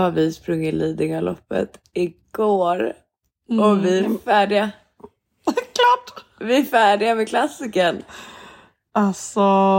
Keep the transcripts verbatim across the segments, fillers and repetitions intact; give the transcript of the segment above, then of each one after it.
har vi sprungit Lidingöloppet igår. Mm. Och vi är färdiga. Klart! Vi är färdiga med klassiken. Alltså,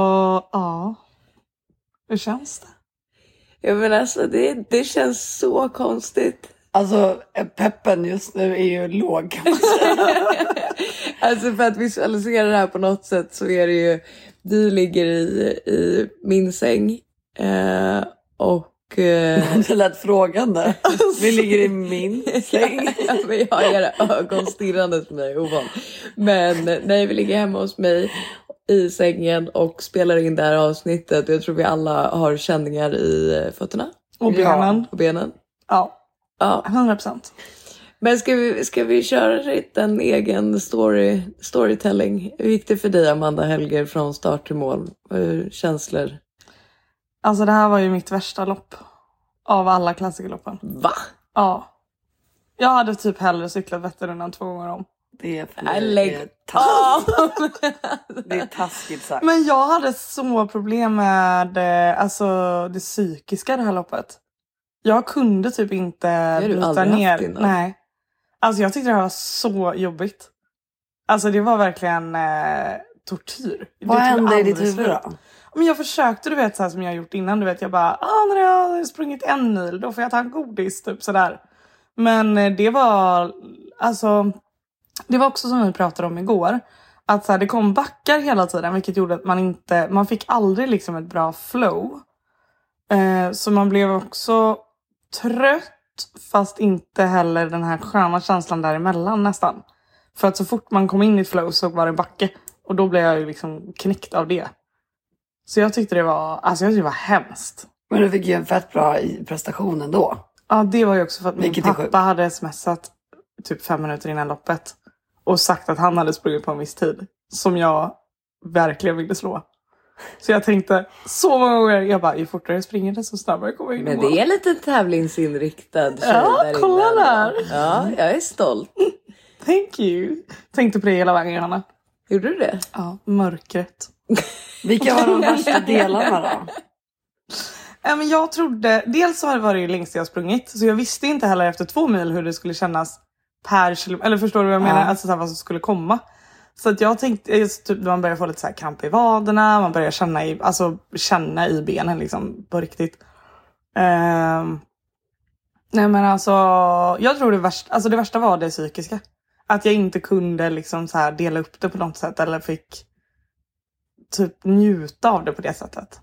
ja. Hur känns det? Ja, men alltså, det, det känns så konstigt. Alltså, peppen just nu är ju låg, kan man säga. Alltså, för att visualisera det här på något sätt så är det ju... Vi ligger i, i min säng. Eh, och... Eh, det lät frågande. Vi ligger i min säng. Ja, men jag har era ögon stirrande på mig, ovan. Men nej, vi ligger hemma hos mig i sängen och spelar in det här avsnittet. Jag tror vi alla har känningar i fötterna. Och benen. Och benen. Ja, ja. hundra procent. Men ska vi, ska vi köra en egen story, storytelling? Hur gick det för dig, Amanda Helger, från start till mål? Hur känslor? Alltså det här var ju mitt värsta lopp. Av alla klassikerloppen. Va? Ja. Jag hade typ hellre cyklat Vätternrundan två gånger om. Det är, för det är taskigt. Det är taskigt sagt. Men jag hade så problem med alltså, det psykiska det här loppet. Jag kunde typ inte bryta ner. Nej. Alltså jag tyckte det här var så jobbigt. Alltså det var verkligen eh, tortyr. Vad hände i ditt huvud då? Men jag försökte, du vet, så här som jag har gjort innan. Du vet, jag bara, ah, när jag har sprungit en mil, då får jag ta en godis, typ sådär. Men det var, alltså, det var också som vi pratade om igår. Att så här, det kom backar hela tiden, vilket gjorde att man inte, man fick aldrig liksom ett bra flow. Eh, så man blev också trött, fast inte heller den här sköna känslan däremellan nästan. För att så fort man kom in i flow så var det backe. Och då blev jag ju liksom knäckt av det. Så jag tyckte det var, alltså jag tyckte det var hemskt. Men du fick ju en fett bra prestation ändå. Ja, det var ju också för att min Vilket pappa hade smsat typ fem minuter innan loppet. Och sagt att han hade sprungit på en viss tid. Som jag verkligen ville slå. Så jag tänkte så många gånger, jag bara, ju fortare jag springer det så snabbare kommer jag in. Men det är lite tävlingsinriktad tjej ja, där kolla innan. där. Ja, jag är stolt. Thank you. Tänkte på det hela vägen, Johanna. Gjorde du det? Ja, mörkret. Vilka var de värsta delarna då? Ja, men jag trodde, dels så var det ju längst jag sprungit. Så jag visste inte heller efter två mil hur det skulle kännas per kilometer. Eller förstår du vad jag menar? Ja. Alltså så här, vad som skulle komma. Så att jag tänkte, typ, man börjar få lite så här kramp i vaderna. Man börjar känna i, alltså, känna i benen liksom på riktigt. Uh, nej men alltså, jag tror det värsta, alltså det värsta var det psykiska. Att jag inte kunde liksom så här dela upp det på något sätt. Eller fick typ njuta av det på det sättet.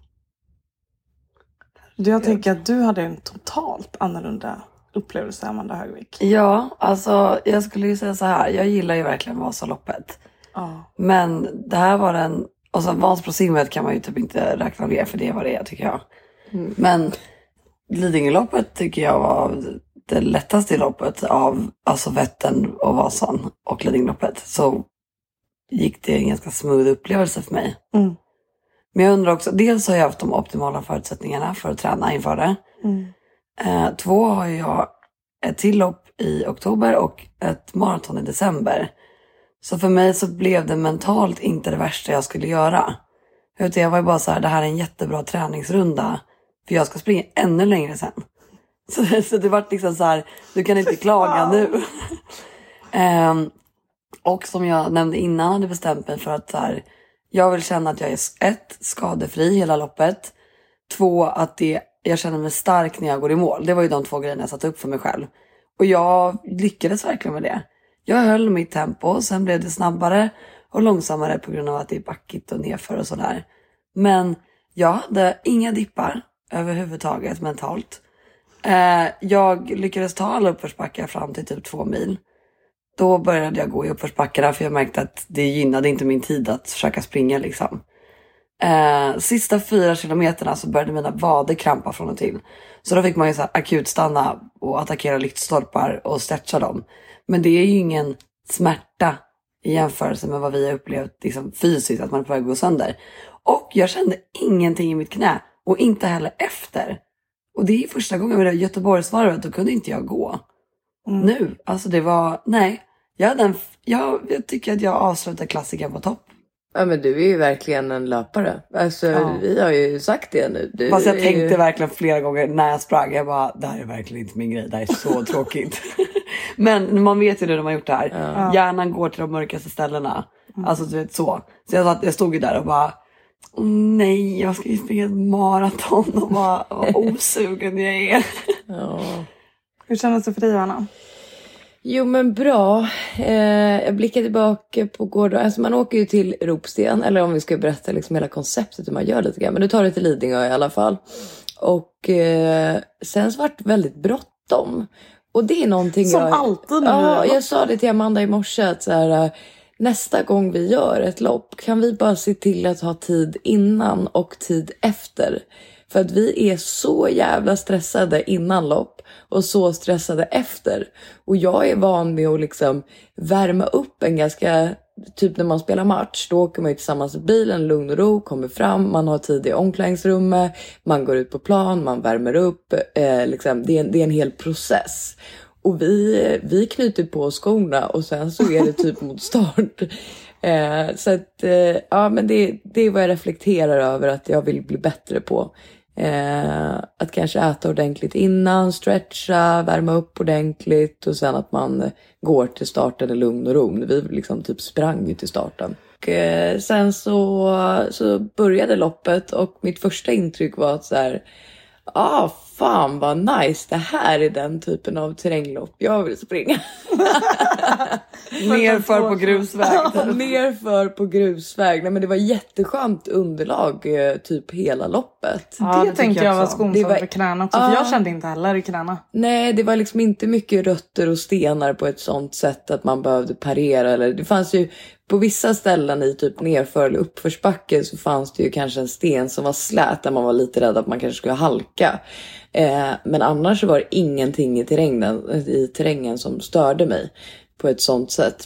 Jag tänker att du hade en totalt annorlunda upplevelse, Amanda Högvik. Ja, alltså jag skulle ju säga så här. Jag gillar ju verkligen Vasaloppet. Ja. Men det här var en... Och så Vansbrosimmet kan man ju typ inte räkna med, för det var det tycker jag. Mm. Men Lidingöloppet tycker jag var det lättaste loppet av alltså Vättern och Vasan och Lidingöloppet. Så gick det en ganska smooth upplevelse för mig. Mm. Men jag undrar också, dels har jag haft de optimala förutsättningarna för att träna inför det. Mm. Eh, två har jag ett till lopp i oktober och ett maraton i december. Så för mig så blev det mentalt inte det värsta jag skulle göra. Utan jag var ju bara så här, det här är en jättebra träningsrunda. För jag ska springa ännu längre sen. Så, så det var liksom så här, du kan inte klaga nu. eh, och som jag nämnde innan hade bestämt mig för att så här, jag vill känna att jag är ett, skadefri hela loppet. Två, att det, jag känner mig stark när jag går i mål. Det var ju de två grejerna jag satte upp för mig själv. Och jag lyckades verkligen med det. Jag höll mitt tempo, sen blev det snabbare och långsammare på grund av att det är backigt och nedför och sådär. Men jag hade inga dippar överhuvudtaget mentalt. Eh, jag lyckades ta alla uppförsbackar fram till typ två mil. Då började jag gå i uppförsbackarna för jag märkte att det gynnade inte min tid att försöka springa liksom. Eh, sista fyra kilometerna så började mina vader krampa från och till. Så då fick man ju så här akut stanna och attackera lyktstolpar och stretcha dem. Men det är ju ingen smärta i jämförelse med vad vi har upplevt liksom, fysiskt, att man är på väg att gå sönder. Och jag kände ingenting i mitt knä och inte heller efter. Och det är första gången med det Göteborgsvarvet, då kunde inte jag gå. Mm. Nu, alltså det var, nej. Jag, hade en, jag, jag tycker att jag avslutade klassiken på topp. Ja, men du är ju verkligen en löpare. Alltså, ja. Vi har ju sagt det nu. Du Fast jag är tänkte ju... verkligen flera gånger när jag sprang. Jag bara, det här är verkligen inte min grej. Det här är så tråkigt. Men man vet ju nu när man har gjort det här. Ja. Hjärnan går till de mörkaste ställena. Mm. Alltså du vet så. Så jag, jag stod ju där och bara, oh, nej, jag ska ju springa ett maraton. Och bara, vad osugen jag är. Ja. Hur kändes det för dig, Anna? Jo, men bra. Eh, jag blickar tillbaka på gårdagen. Alltså man åker ju till Ropsten. Eller om vi ska berätta liksom hela konceptet hur man gör lite grann. Men du tar det till Lidingö i alla fall. Och eh, sen så vart det väldigt bråttom. Och det är någonting Som jag... alltid när Ja, vi... jag sa det till Amanda i morse. Att så här, nästa gång vi gör ett lopp kan vi bara se till att ha tid innan och tid efter. För att vi är så jävla stressade innan lopp och så stressade efter. Och jag är van med att liksom värma upp en ganska, typ när man spelar match. Då åker man ju tillsammans i bilen, lugn och ro, kommer fram. Man har tid i omklädningsrummet, man går ut på plan, man värmer upp. Eh, liksom, det, är en, det är en hel process. Och vi, vi knyter på skorna och sen så är det typ mot start. Eh, så att, eh, ja men det, det är vad jag reflekterar över att jag vill bli bättre på. Eh, att kanske äta ordentligt innan, stretcha, värma upp ordentligt och sen att man går till starten i lugn och ro. Vi liksom typ sprang ju till starten. Och, eh, sen så, så började loppet och mitt första intryck var att så här, ah fan vad nice, det här är den typen av terränglopp jag vill springa. Nerför på grusväg. Nerför på grusväg. Nej, men det var jätteskönt underlag typ hela loppet. Ja, det, det tänkte jag, jag var skonsamt var... för knäna också. För jag kände inte heller i knäna. Nej, det var liksom inte mycket rötter och stenar på ett sånt sätt att man behövde parera. Eller, det fanns ju på vissa ställen i typ nerför eller uppförsbacke så fanns det ju kanske en sten som var slät där man var lite rädd att man kanske skulle halka. Eh, men annars så var det ingenting i terrängen, i terrängen som störde mig på ett sånt sätt.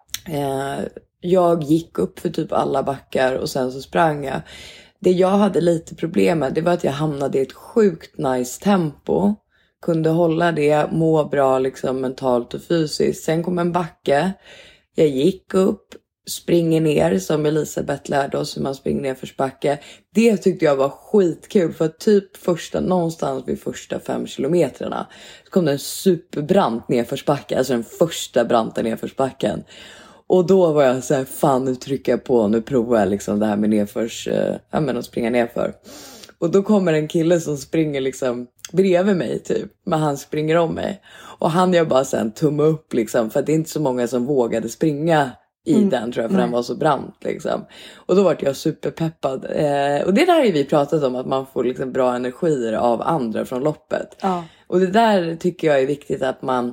Eh, jag gick upp för typ alla backar och sen så sprang jag. Det jag hade lite problem med, det var att jag hamnade i ett sjukt nice tempo. Kunde hålla det, må bra liksom mentalt och fysiskt. Sen kom en backe. Jag gick upp, springer ner som Elisabeth lärde oss hur man springer ner för backe. Det tyckte jag var skitkul för typ första, någonstans vid första fem kilometrarna så kom det en superbrant nedförsbacke, alltså den första branten nedförsbacken. Och då var jag så här, fan nu trycker jag på, nu provar jag liksom det här med nedförs, äh, ja men att springa nerför. Och då kommer en kille som springer liksom bredvid mig typ, men han springer om mig. Och han gör bara sen tumme upp liksom, för att det är inte så många som vågade springa i mm. den tror jag, för mm. den var så brant liksom. Och då var jag superpeppad. Eh, och det där har ju vi pratat om, att man får liksom bra energier av andra från loppet. Ja. Och det där tycker jag är viktigt att man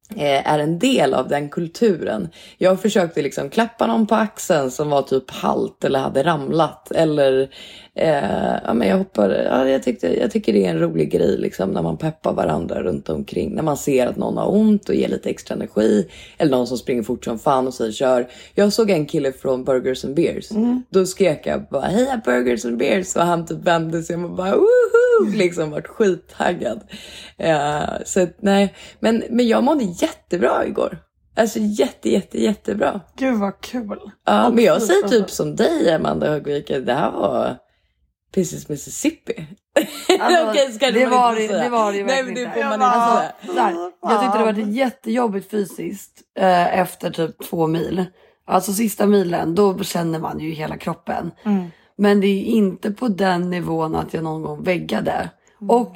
är en del av den kulturen. Jag försökte liksom klappa någon på axeln som var typ halt eller hade ramlat. Eller eh, ja, men jag hoppade, ja, jag, tyckte, jag tycker det är en rolig grej liksom, när man peppar varandra runt omkring. När man ser att någon har ont och ger lite extra energi. Eller någon som springer fort som fan och säger kör. Jag såg en kille från Burgers and Beers. Mm. Då skrek jag bara heja Burgers and Beers. Och han typ vände sig och bara woho! Liksom vart skittaggad. Eh, så att, nej. Men, men jag mådde jättebra igår. Alltså jätte, jätte, jättebra. Gud vad kul. Ja, men jag säger typ som dig, Amanda Högvik. Det här var precis Mississippi. Alltså, Okej, ska det, det, var det, det var det Nej, verkligen men det inte. får man Alltså, inte där, jag tyckte det var jättejobbigt fysiskt eh, efter typ två mil. Alltså sista milen, då känner man ju hela kroppen. Mm. Men det är inte på den nivån att jag någon gång väggade. Mm. Och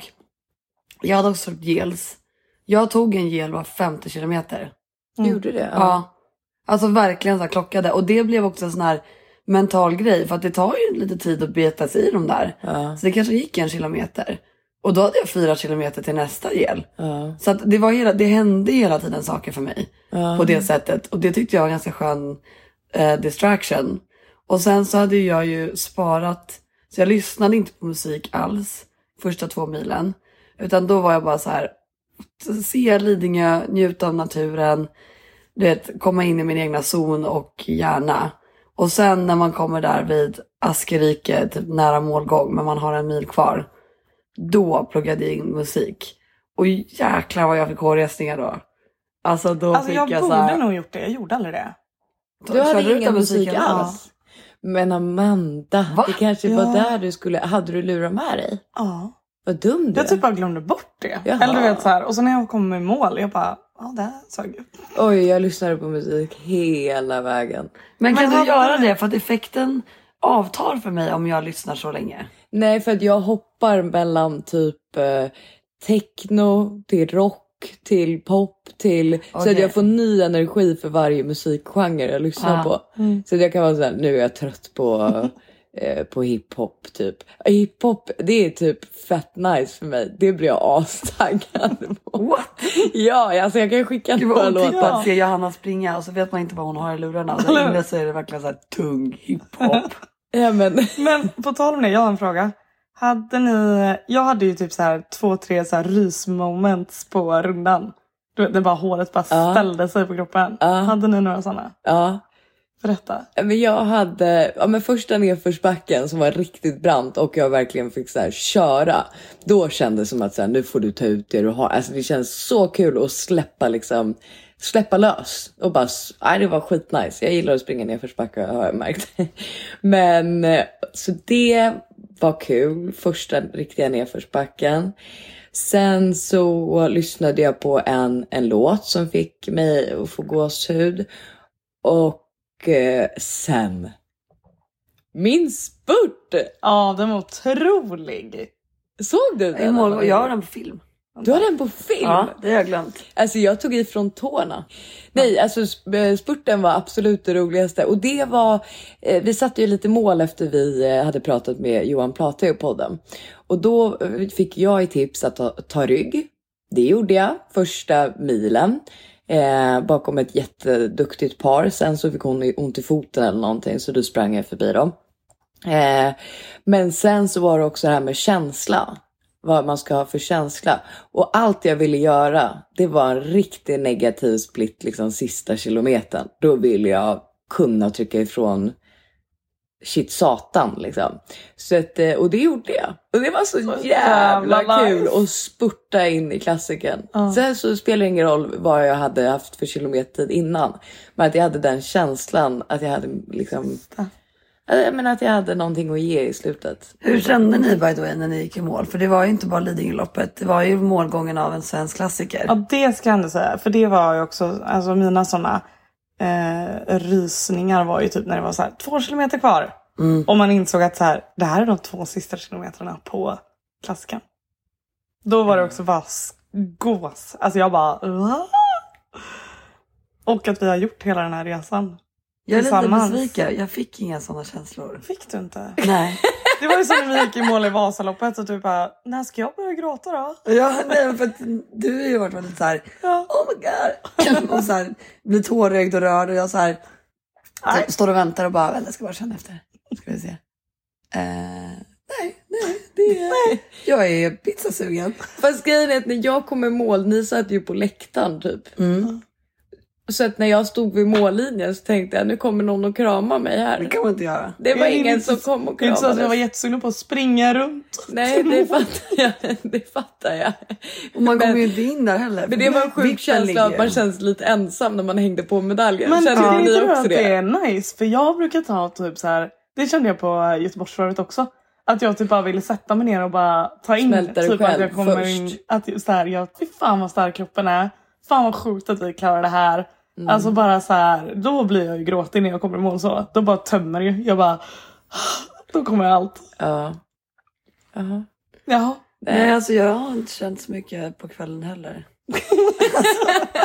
jag hade också tagit gels. Jag tog en gel var femtio kilometer. Mm. Gjorde det? Ja. ja. Alltså verkligen så här klockade. Och det blev också en sån här mental grej. För att det tar ju lite tid att beta sig i de där. Ja. Så det kanske gick en kilometer. Och då hade jag fyra kilometer till nästa gel. Ja. Så att det, var hela, det hände hela tiden saker för mig. Ja. På det sättet. Och det tyckte jag var en ganska skön eh, distraction. Och sen så hade jag ju sparat. Så jag lyssnade inte på musik alls. Första två milen. Utan då var jag bara så här. Se Lidingö, njuta av naturen. Du vet, komma in i min egna zon och hjärna. Och sen när man kommer där vid Askerike, typ nära målgång, men man har en mil kvar. Då pluggade jag in musik. Och jäklar vad jag fick hårresningar då. Alltså då alltså fick jag, jag borde så här... nog gjort det, jag gjorde aldrig det. Du hade ingen musik alls? Men Amanda, Va? det kanske Ja. var där du skulle... Hade du lurat med dig? Ja. Vad dum du Jag är. typ bara glömde bort det. Jaha. Eller du vet så här. Och så när jag kom i mål, jag bara, ja det här sög ut. Oj, jag lyssnade på musik hela vägen. Men kan Men du hade- göra det? För att effekten avtar för mig om jag lyssnar så länge. Nej, för att jag hoppar mellan typ eh, techno till rock till pop till... Så Okej. att jag får ny energi för varje musikgenre jag lyssnar Ah. på. Mm. Så att jag kan vara så här, nu är jag trött på... eh, på hiphop typ. Hiphop, det är typ fett nice för mig. Det blir jag astaggad på. What? Ja, alltså jag kan skicka Gud några vad otippat låtar. att se Johanna springa och så vet man inte vad hon har i lurarna. Och där inne så är det verkligen så här tung hiphop. Ja, men... Men på tal om det, jag har en fråga. Hade ni, jag hade ju typ så här två, tre så här rysmoments på rundan. Du vet, det bara håret bara Ja. ställde sig på kroppen. Ja. Hade ni några sådana? Ja. Berätta. Men jag hade, ja men första nedförsbacken som var riktigt brant och jag verkligen fick så här köra. Då kändes det som att så här, nu får du ta ut det du har. Alltså det känns så kul att släppa liksom, släppa lös. Och bara, nej det var skitnice. Jag gillar att springa nedförsbackar har jag märkt. Men så det var kul. Första riktiga nedförsbacken. Sen så lyssnade jag på en, en låt som fick mig att få gåshud. Och eh, sen min spurt. Ja, den var otrolig. Såg du den? I mål, jag har den på film. Du har den på film? Ja, det har jag glömt. Alltså jag tog ifrån tårna. Nej, alltså sp- spurten var absolut det roligaste. Och det var, eh, vi satte ju lite mål efter vi eh, hade pratat med Johan Plate i podden. Och då eh, fick jag i tips att ta, ta rygg. Det gjorde jag första milen. Eh, bakom ett jätteduktigt par. Sen så fick hon ont i foten eller någonting. Så då sprang jag förbi dem. Eh, men sen så var det också det här med känsla. Vad man ska ha för känsla. Och allt jag ville göra, det var en riktigt negativ split liksom sista kilometern. Då ville jag kunna trycka ifrån shit satan liksom. Så att, och det gjorde jag. Och det var så, så jävla, jävla kul nice. Att spurta in i klassiken. Uh. Sen så spelar det ingen roll vad jag hade haft för kilometer innan. Men att jag hade den känslan att jag hade liksom... Jag menar att jag hade någonting att ge i slutet. Hur kände ni by the way när ni gick i mål? För det var ju inte bara Lidingöloppet. Det var ju målgången av en svensk klassiker. Ja, det ska jag ändå säga. För det var ju också, alltså mina sådana eh, rysningar var ju typ när det var så här två kilometer kvar. Mm. Och man insåg att så här, det här är de två sista kilometrarna på klassiken. Då var det också bara gås. Alltså jag bara... Aah! Och att vi har gjort hela den här resan. Jag är lite besviken. Jag fick inga sådana känslor. Fick du inte? Nej. Det var ju som när vi gick i mål i Vasaloppet och typ bara, när ska jag börja gråta då? Ja, nej, för att du har ju varit väldigt så här, ja. Oh my god. Och så här, blir tårögd och rörd och jag så här, så, står och väntar och bara, vänta, jag ska bara känna efter. Ska vi se. Uh, nej, nej, det är, nej. Jag är pizzasugen. Fast grejen är att när jag kom i mål, ni satt ju på läktaren typ. Mm. Så att när jag stod vid mållinjen så tänkte jag, nu kommer någon att krama mig här. Det kan man inte göra. Det var jag ingen inte, som kom och kramade. Det är inte så att jag var jättesugen på att springa runt. Nej, det fattar jag. Det fattar jag. Och man kommer ju inte in där heller. Men det var en sjuk känsla att man känns lite ensam när man hängde på medaljen. Men känner ja, ni inte också att det? det är nice? För jag brukar ta typ så här, det kände jag på Göteborgsvarvet också. Att jag typ bara ville sätta mig ner och bara ta in. Smälta typ själv att jag kommer först. in. Att så här, jag, fy fan vad stark kroppen är. Fan vad sjukt att vi klarar det här. Mm. Alltså bara så här, då blir jag ju gråtig när jag kommer i mål så. Då bara tömmer jag. Jag bara, då kommer allt. Ja. Uh-huh. Ja. Nej, alltså jag har inte känt så mycket på kvällen heller. alltså,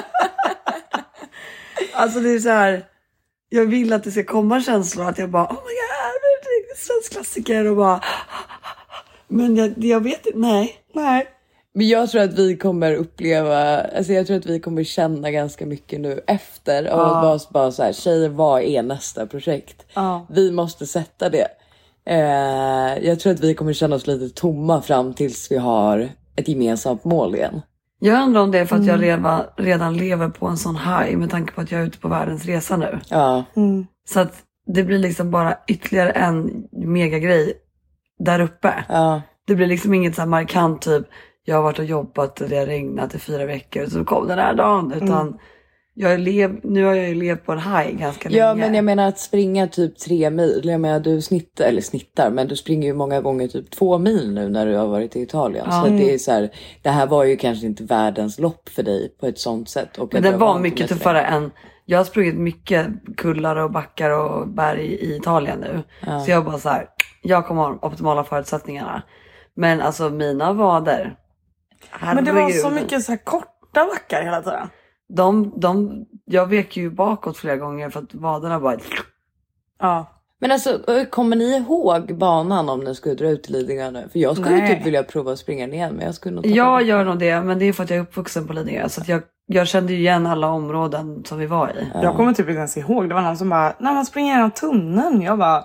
alltså det är så här, jag vill att det ska komma känslor att jag bara, oh my god, det är svensk klassiker och bara, men jag, jag vet inte, nej. Nej. Men jag tror att vi kommer uppleva, alltså jag tror att vi kommer känna ganska mycket nu efter. Och ja. bara, bara så här, tjejer, vad är nästa projekt? Ja. Vi måste sätta det. Eh, jag tror att vi kommer känna oss lite tomma fram tills vi har ett gemensamt mål igen. Jag undrar om det är för att mm. jag redan, redan lever på en sån high med tanke på att jag är ute på världens resa nu. Ja. Mm. Så att det blir liksom bara ytterligare en megagrej där uppe. Ja. Det blir liksom inget så här markant typ, jag har varit och jobbat och det har regnat i fyra veckor så kom den här dagen. Utan mm. Jag lev, nu har jag ju levt på en high ganska Ja, länge. men jag menar att springa typ tre mil. Jag menar du snittar, eller snittar, men du springer ju många gånger typ två mil nu när du har varit i Italien. Ja. Så att det är så här, det här var ju kanske inte världens lopp för dig på ett sånt sätt. Och Men att det jag var inte mycket med tuffare än... Jag har sprungit mycket kullar och backar och berg i Italien nu. Ja. Så jag bara så här, jag kommer ha de optimala förutsättningarna. Men alltså mina vader. Men det var herregud. så mycket så här korta backar hela tiden. De, de, jag vek ju bakåt flera gånger för att vaderna bara... Ja. Men alltså, kommer ni ihåg banan om ni skulle dra ut till Lidingö nu? För jag skulle Nej. typ vilja prova att springa ner, men jag skulle nog ta Jag bort- gör nog det, men det är för att jag är uppvuxen på Lidingö. Så att jag, jag kände ju igen alla områden som vi var i. Ja. Jag kommer typ inte ens ihåg. Det var någon som bara, när man springer genom tunneln. Jag bara,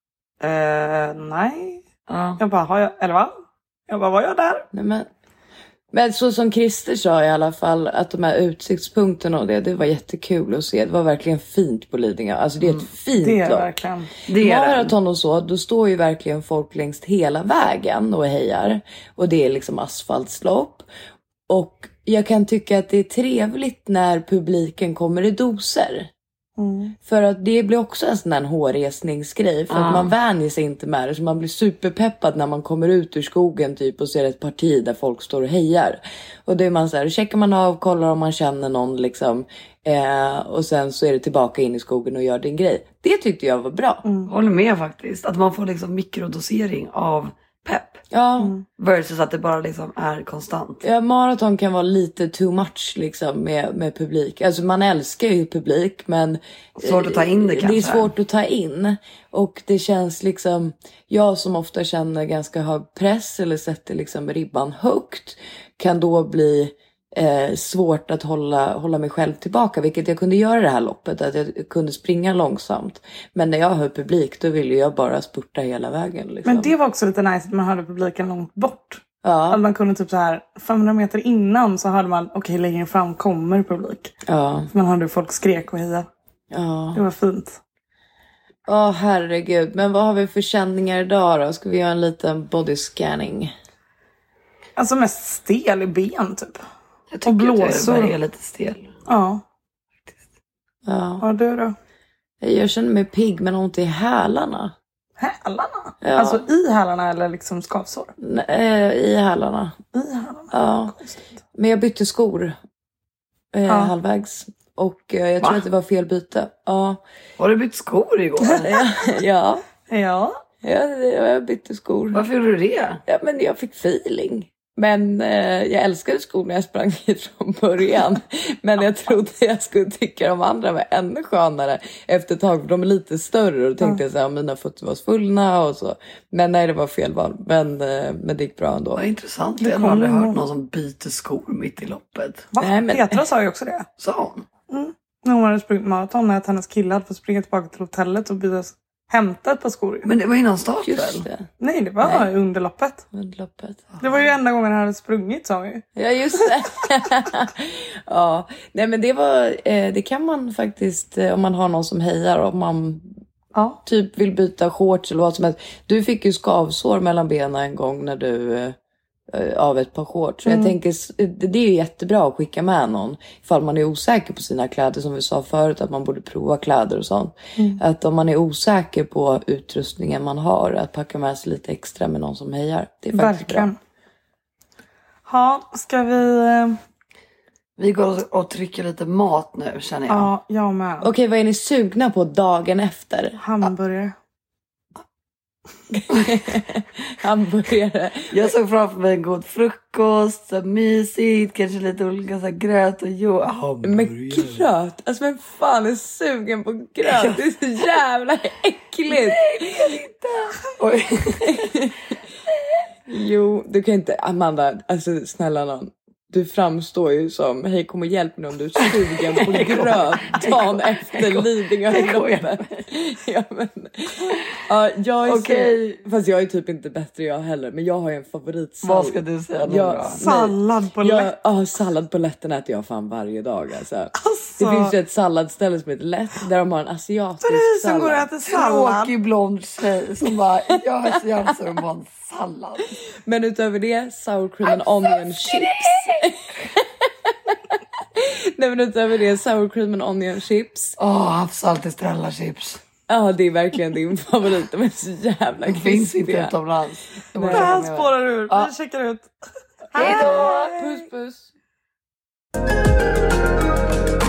eh, nej. Ja. Jag bara, har jag, eller va? Jag bara, var jag där? Nej, men, men så som Christer sa i alla fall, att de här utsiktspunkterna och det, det var jättekul att se. Det var verkligen fint på Lidingö. Alltså det är ett fint Det är lopp. verkligen. Det är det. Maraton och så, då står ju verkligen folk längs hela vägen och hejar. Och det är liksom asfaltslopp. Och jag kan tycka att det är trevligt när publiken kommer i doser. Mm. För att det blir också en sån här hårresningsgrej. För Ah. att man vänjer sig inte med det. Så man blir superpeppad när man kommer ut ur skogen typ och ser ett parti där folk står och hejar. Och då är man så här, checkar man av, kollar om man känner någon liksom. Eh, och sen så är det tillbaka in i skogen och gör din grej. Det tyckte jag var bra. Mm. Håller med faktiskt. Att man får liksom mikrodosering av pepp. Ja. Mm. Versus att det bara liksom är konstant. Ja, maraton kan vara lite too much liksom med, med publik. Alltså man älskar ju publik, men Svårt att ta in det eh, kanske. Det är svårt att ta in. Och det känns liksom, jag som ofta känner ganska hög press eller sätter liksom ribban högt, kan då bli eh, svårt att hålla, hålla mig själv tillbaka. Vilket jag kunde göra i det här loppet, att jag kunde springa långsamt. Men när jag hör publik, då vill jag bara spurta hela vägen. Liksom. Men det var också lite nice att man hörde publiken långt bort. Ja, Att man kunde typ så här femhundra meter innan så hörde man, okej, okay, längre fram kommer publik. ja, Man hörde hur folk skrek och hejade. ja. Det var fint. Åh herregud, men vad har vi för känningar idag då? Ska vi göra en liten body scanning? Alltså mest stel i ben typ. Jag Och tycker att blåsor. jag börjar lite stel. Ja. Ja. Ja, du då? Jag känner mig pigg men ont i hälarna. Hälarna? Ja. Alltså i hälarna eller liksom skavsår? N- eh, I hälarna. I hälarna? Ja. Konstigt. Men jag bytte skor. Eh, Ja. halvvägs. Och eh, jag tror Va? att det var fel byte. Ja. Har du bytt skor igår? Ja. Ja. Ja. Ja, jag bytte skor. Varför gjorde du det? Ja, men jag fick feeling. Men eh, jag älskade skor när jag sprang hit från början. Men jag trodde jag skulle tycka de andra var ännu skönare efter ett tag. För de är lite större och då tänkte jag så här, mina fötter var svullna och så. Men nej, det var fel val. Men, eh, men det gick bra ändå. Vad intressant. Det Jag har aldrig kommer- hört någon som byter skor mitt i loppet. Va? Nej, men- Petra sa ju också det. Sa hon? När hon hade sprungit maraton, att hennes killar hade fått springa tillbaka till hotellet och byta, hämta ett par skor. Men det var innan start Just väl? det. Nej, det var Nej. under loppet. Under loppet. Det var ju enda gången han hade sprungit, sa vi. Ja, just det. Ja, nej men det var, eh, det kan man faktiskt, eh, om man har någon som hejar, om man Ja. typ vill byta shorts eller vad som helst. Du fick ju skavsår mellan benen en gång när du eh, av ett par shorts. Så Mm. jag tänker, s- det det är ju jättebra att skicka med någon ifall man är osäker på sina kläder, som vi sa förut, att man borde prova kläder och sånt. Mm. Att om man är osäker på utrustningen man har, att packa med sig lite extra med någon som hejar. Det är faktiskt bra. Verkligen. Ja, ska vi... eh, Vi går och trycker lite mat nu, känner jag. Ja, jag med. Okej, vad är ni sugna på dagen efter? Hamburgare. Hamburgare. Jag såg framför mig en god frukost, så mysigt, kanske lite olika så här, gröt och jo. Men gröt? Alltså vem fan är sugen på gröt? Det är så jävla äckligt. Oj. Jo, du kan inte, Amanda, alltså snälla någon. Du framstår ju som, hej kom och hjälp mig om du är sugen på gröt dagen efter Lidingö-loppet. Ja, men, ja, jag är Okej. så, fast jag är typ inte bättre jag heller, men jag har ju en favoritsallad. Vad ska du säga nu Ja, då? Sallad på jag, lätt. ja, sallad på lätten äter jag fan varje dag alltså. Alltså, Det finns ju ett salladställe som heter Lätt där de har en asiatisk Precis, som går och sallad. äter sallad. Tråkig blond tjej som bara, jag är så jävla sugen på en sallad. Men utöver det, sour cream and onion chips. Nej men utöver det, sour cream and onion chips. Åh, oh, havssalt Estrella chips. Ja, det är verkligen din favorit. De är så jävla krispiga. Finns inte utomlands. Det här spårar ur. Ja. Vi checkar ut. Hej då! Puss puss!